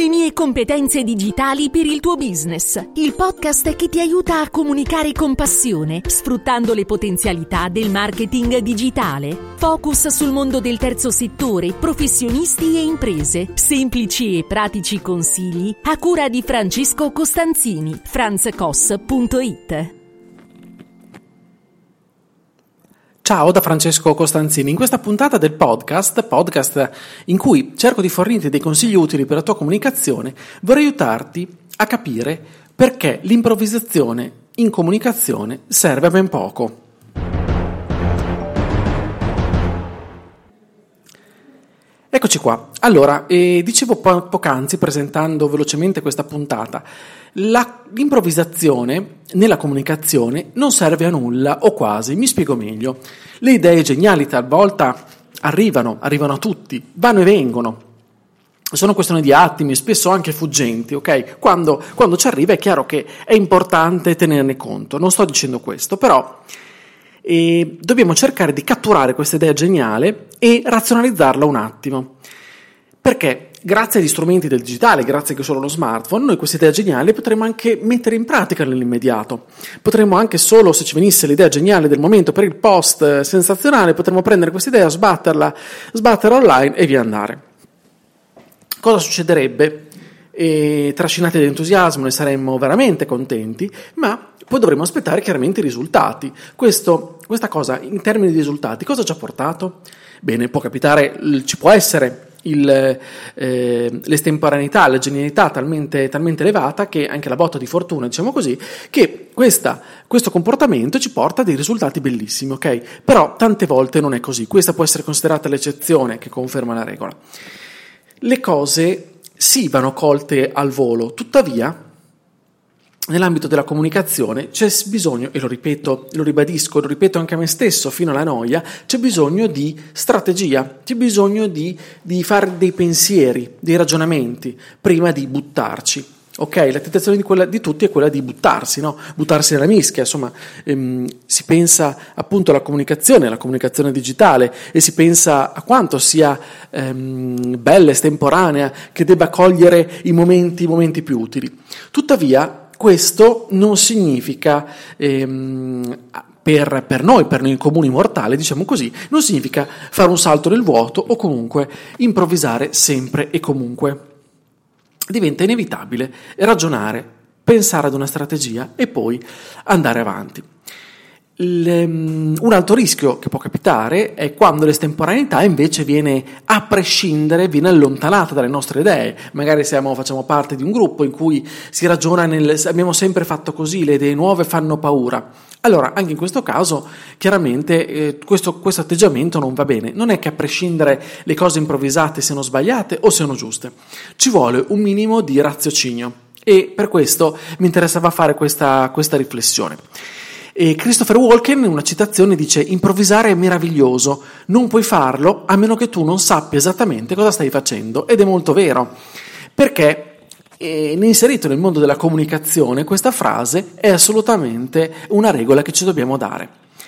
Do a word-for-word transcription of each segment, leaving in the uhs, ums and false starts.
Le mie competenze digitali per il tuo business. Il podcast che ti aiuta a comunicare con passione, sfruttando le potenzialità del marketing digitale. Focus sul mondo del terzo settore, professionisti e imprese. Semplici e pratici consigli a cura di Francesco Costanzini. franzcos punto it. Ciao da Francesco Costanzini. In questa puntata del podcast, podcast in cui cerco di fornirti dei consigli utili per la tua comunicazione, vorrei aiutarti a capire perché l'improvvisazione in comunicazione serve a ben poco. Eccoci qua. Allora, eh, dicevo po- poc'anzi, presentando velocemente questa puntata, la, l'improvvisazione nella comunicazione non serve a nulla, o quasi. Mi spiego meglio. Le idee geniali talvolta arrivano, arrivano a tutti, vanno e vengono. Sono questioni di attimi, spesso anche fuggenti, ok? Quando, quando ci arriva è chiaro che è importante tenerne conto. Non sto dicendo questo, però e dobbiamo cercare di catturare questa idea geniale e razionalizzarla un attimo, perché grazie agli strumenti del digitale, grazie che sono lo smartphone, noi questa idea geniale potremmo anche mettere in pratica nell'immediato. Potremmo anche solo, se ci venisse l'idea geniale del momento per il post sensazionale, potremmo prendere questa idea, sbatterla, sbatterla online e via andare. Cosa succederebbe? E trascinati dall'entusiasmo ne saremmo veramente contenti, ma poi dovremo aspettare chiaramente i risultati. Questo, questa cosa in termini di risultati cosa ci ha portato? Bene, può capitare, ci può essere il, eh, l'estemporaneità, la genialità talmente, talmente elevata che anche la botta di fortuna, diciamo così, che questa, questo comportamento ci porta a dei risultati bellissimi, ok? Però tante volte non è così. Questa può essere considerata l'eccezione che conferma la regola. Le cose sì vanno colte al volo, tuttavia nell'ambito della comunicazione c'è bisogno, e lo ripeto, lo ribadisco, lo ripeto anche a me stesso fino alla noia, c'è bisogno di strategia, c'è bisogno di, di fare dei pensieri, dei ragionamenti prima di buttarci. Ok, la tentazione di, quella, di tutti è quella di buttarsi, no? Buttarsi nella mischia, insomma, ehm, si pensa appunto alla comunicazione, alla comunicazione digitale, e si pensa a quanto sia ehm, bella, estemporanea, che debba cogliere i momenti, i momenti più utili. Tuttavia, questo non significa, ehm, per, per noi, per noi comuni mortali, diciamo così, non significa fare un salto nel vuoto o comunque improvvisare sempre e comunque. Diventa inevitabile ragionare, pensare ad una strategia e poi andare avanti. Il, um, un altro rischio che può capitare è quando l'estemporaneità invece viene a prescindere, viene allontanata dalle nostre idee. Magari siamo, facciamo parte di un gruppo in cui si ragiona nel abbiamo sempre fatto così, le idee nuove fanno paura. Allora, anche in questo caso, chiaramente, eh, questo, questo atteggiamento non va bene. Non è che a prescindere le cose improvvisate siano sbagliate o siano giuste. Ci vuole un minimo di raziocinio e per questo mi interessava fare questa, questa riflessione. E Christopher Walken in una citazione dice: improvvisare è meraviglioso, non puoi farlo a meno che tu non sappia esattamente cosa stai facendo. Ed è molto vero, perché E inserito nel mondo della comunicazione questa frase è assolutamente una regola che ci dobbiamo dare.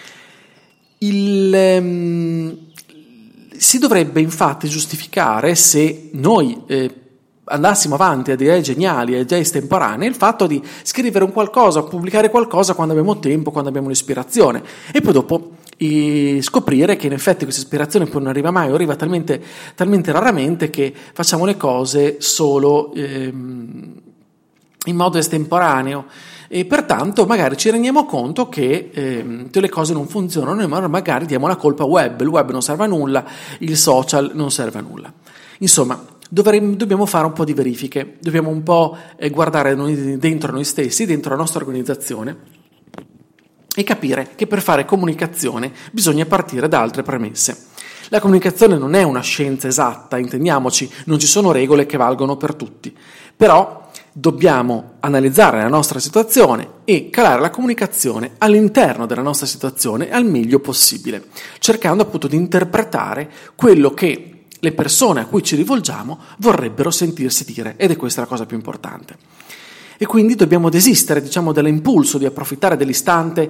Il, um, si dovrebbe infatti giustificare, se noi eh, andassimo avanti a idee geniali, a idee estemporanee, il fatto di scrivere un qualcosa, pubblicare qualcosa quando abbiamo tempo, quando abbiamo l'ispirazione, e poi dopo e scoprire che in effetti questa ispirazione poi non arriva mai o arriva talmente, talmente raramente che facciamo le cose solo ehm, in modo estemporaneo e pertanto magari ci rendiamo conto che ehm, le cose non funzionano e magari diamo la colpa al web, il web non serve a nulla, il social non serve a nulla. Insomma, dovremmo, dobbiamo fare un po' di verifiche, dobbiamo un po' eh, guardare noi, dentro noi stessi, dentro la nostra organizzazione, e capire che per fare comunicazione bisogna partire da altre premesse. La comunicazione non è una scienza esatta, intendiamoci, non ci sono regole che valgono per tutti, però dobbiamo analizzare la nostra situazione e calare la comunicazione all'interno della nostra situazione al meglio possibile, cercando appunto di interpretare quello che le persone a cui ci rivolgiamo vorrebbero sentirsi dire, ed è questa la cosa più importante. E quindi dobbiamo desistere, diciamo, dell'impulso di approfittare dell'istante,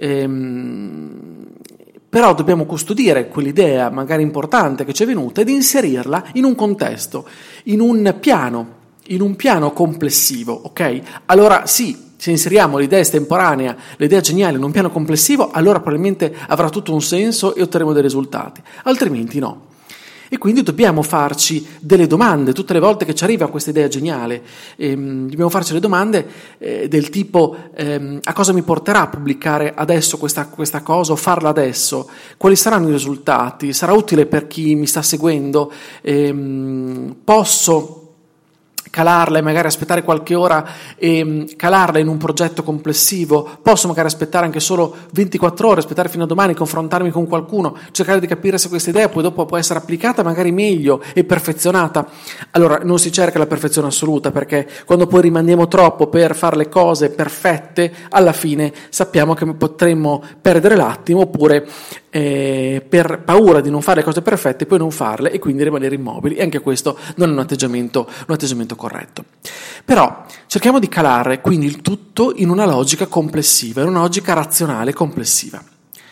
ehm, però dobbiamo custodire quell'idea magari importante che ci è venuta ed inserirla in un contesto, in un piano in un piano complessivo, ok? Allora sì, se inseriamo l'idea estemporanea, l'idea geniale in un piano complessivo, allora probabilmente avrà tutto un senso e otterremo dei risultati, altrimenti no. E quindi dobbiamo farci delle domande tutte le volte che ci arriva questa idea geniale. Ehm, dobbiamo farci le domande eh, del tipo ehm, a cosa mi porterà a pubblicare adesso questa, questa cosa o farla adesso? Quali saranno i risultati? Sarà utile per chi mi sta seguendo? Ehm, posso calarla e magari aspettare qualche ora e calarla in un progetto complessivo? Posso magari aspettare anche solo ventiquattro ore, aspettare fino a domani, confrontarmi con qualcuno, cercare di capire se questa idea poi dopo può essere applicata magari meglio e perfezionata. Allora non si cerca la perfezione assoluta, perché quando poi rimandiamo troppo per fare le cose perfette, alla fine sappiamo che potremmo perdere l'attimo, oppure eh, per paura di non fare le cose perfette poi non farle e quindi rimanere immobili, e anche questo non è un atteggiamento, un atteggiamento corretto. Però cerchiamo di calare quindi il tutto in una logica complessiva, in una logica razionale complessiva.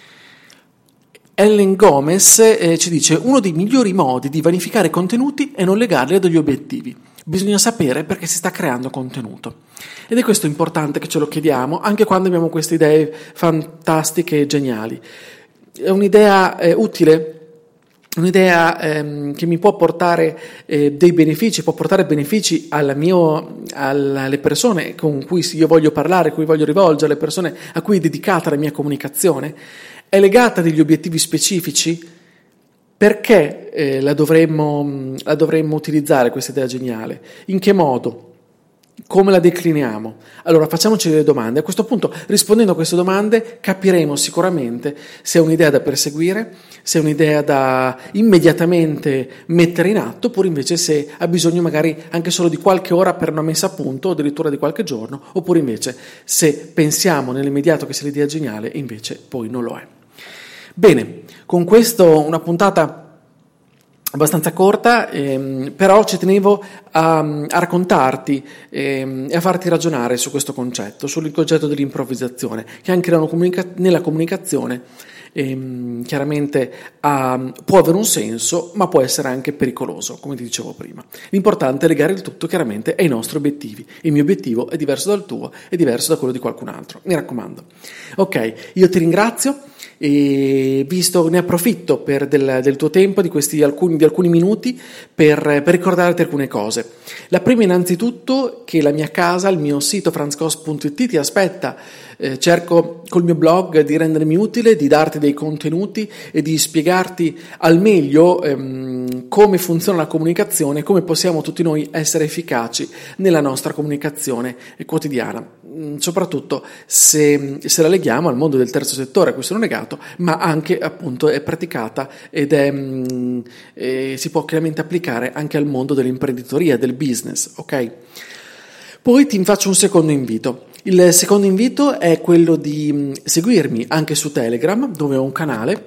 Ellen Gomez eh, ci dice: uno dei migliori modi di vanificare i contenuti è non legarli ad degli obiettivi. Bisogna sapere perché si sta creando contenuto. Ed è questo importante che ce lo chiediamo anche quando abbiamo queste idee fantastiche e geniali. È un'idea eh, utile? Un'idea ehm, che mi può portare eh, dei benefici, può portare benefici alla mio, alle persone con cui io voglio parlare, cui voglio rivolgere, alle persone a cui è dedicata la mia comunicazione? È legata a degli obiettivi specifici? Perché eh, la dovremmo, la dovremmo utilizzare questa idea geniale? In che modo? Come la decliniamo? Allora facciamoci delle domande. A questo punto, rispondendo a queste domande, capiremo sicuramente se è un'idea da perseguire, se è un'idea da immediatamente mettere in atto, oppure invece se ha bisogno magari anche solo di qualche ora per una messa a punto, o addirittura di qualche giorno, oppure invece se pensiamo nell'immediato che sia l'idea geniale e invece poi non lo è. Bene, con questo una puntata abbastanza corta, ehm, però ci tenevo a, a raccontarti ehm, e a farti ragionare su questo concetto, sul concetto dell'improvvisazione, che anche nella, comunica- nella comunicazione ehm, chiaramente ha, può avere un senso, ma può essere anche pericoloso, come ti dicevo prima. L'importante è legare il tutto chiaramente ai nostri obiettivi. Il mio obiettivo è diverso dal tuo, è diverso da quello di qualcun altro, mi raccomando. Ok, io ti ringrazio. E visto, ne approfitto per del, del tuo tempo, di questi alcuni, di alcuni minuti per, per ricordarti alcune cose. La prima innanzitutto che la mia casa, il mio sito franz cos punto it ti aspetta. Eh, cerco col mio blog di rendermi utile, di darti dei contenuti e di spiegarti al meglio ehm, come funziona la comunicazione, come possiamo tutti noi essere efficaci nella nostra comunicazione quotidiana, soprattutto se, se la leghiamo al mondo del terzo settore a cui sono legato, ma anche appunto è praticata ed è mh, eh, si può chiaramente applicare anche al mondo dell'imprenditoria, del business, ok? Poi ti faccio un secondo invito. Il secondo invito è quello di seguirmi anche su Telegram, dove ho un canale,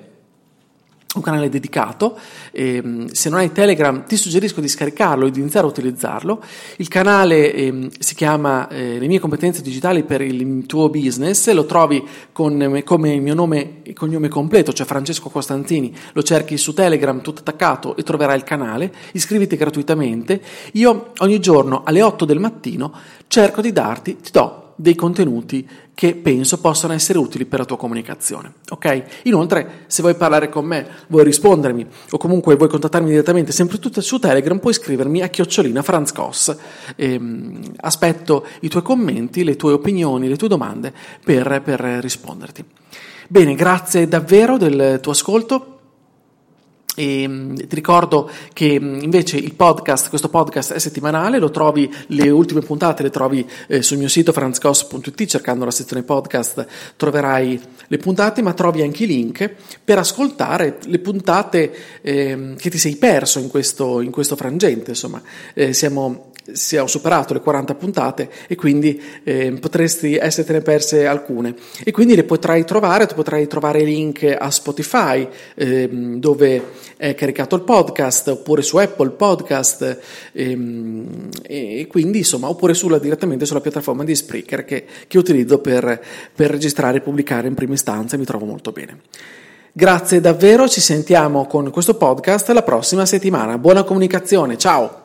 un canale dedicato. Eh, se non hai Telegram ti suggerisco di scaricarlo e di iniziare a utilizzarlo. Il canale eh, si chiama eh, Le mie competenze digitali per il tuo business, lo trovi con, come il mio nome e cognome completo, cioè Francesco Costanzini. Lo cerchi su Telegram tutto attaccato e troverai il canale. Iscriviti gratuitamente. Io ogni giorno alle otto del mattino cerco di darti, ti do dei contenuti che penso possano essere utili per la tua comunicazione, ok? Inoltre, se vuoi parlare con me, vuoi rispondermi o comunque vuoi contattarmi direttamente, sempre tutto su Telegram, puoi scrivermi a chiocciolina Franz Cos. Ehm, aspetto i tuoi commenti, le tue opinioni, le tue domande per, per risponderti. Bene, grazie davvero del tuo ascolto. E ti ricordo che invece il podcast, questo podcast è settimanale, lo trovi, le ultime puntate le trovi eh, sul mio sito franz cos punto it, cercando la sezione podcast troverai le puntate, ma trovi anche i link per ascoltare le puntate eh, che ti sei perso in questo, in questo frangente. Insomma, eh, siamo si ho superato le quaranta puntate e quindi eh, potresti essertene perse alcune, e quindi le potrai trovare, tu potrai trovare i link a Spotify eh, dove è caricato il podcast, oppure su Apple Podcast ehm, e quindi insomma, oppure sulla, direttamente sulla piattaforma di Spreaker che, che utilizzo per, per registrare e pubblicare in prima istanza, e mi trovo molto bene. Grazie davvero, ci sentiamo con questo podcast la prossima settimana. Buona comunicazione, ciao!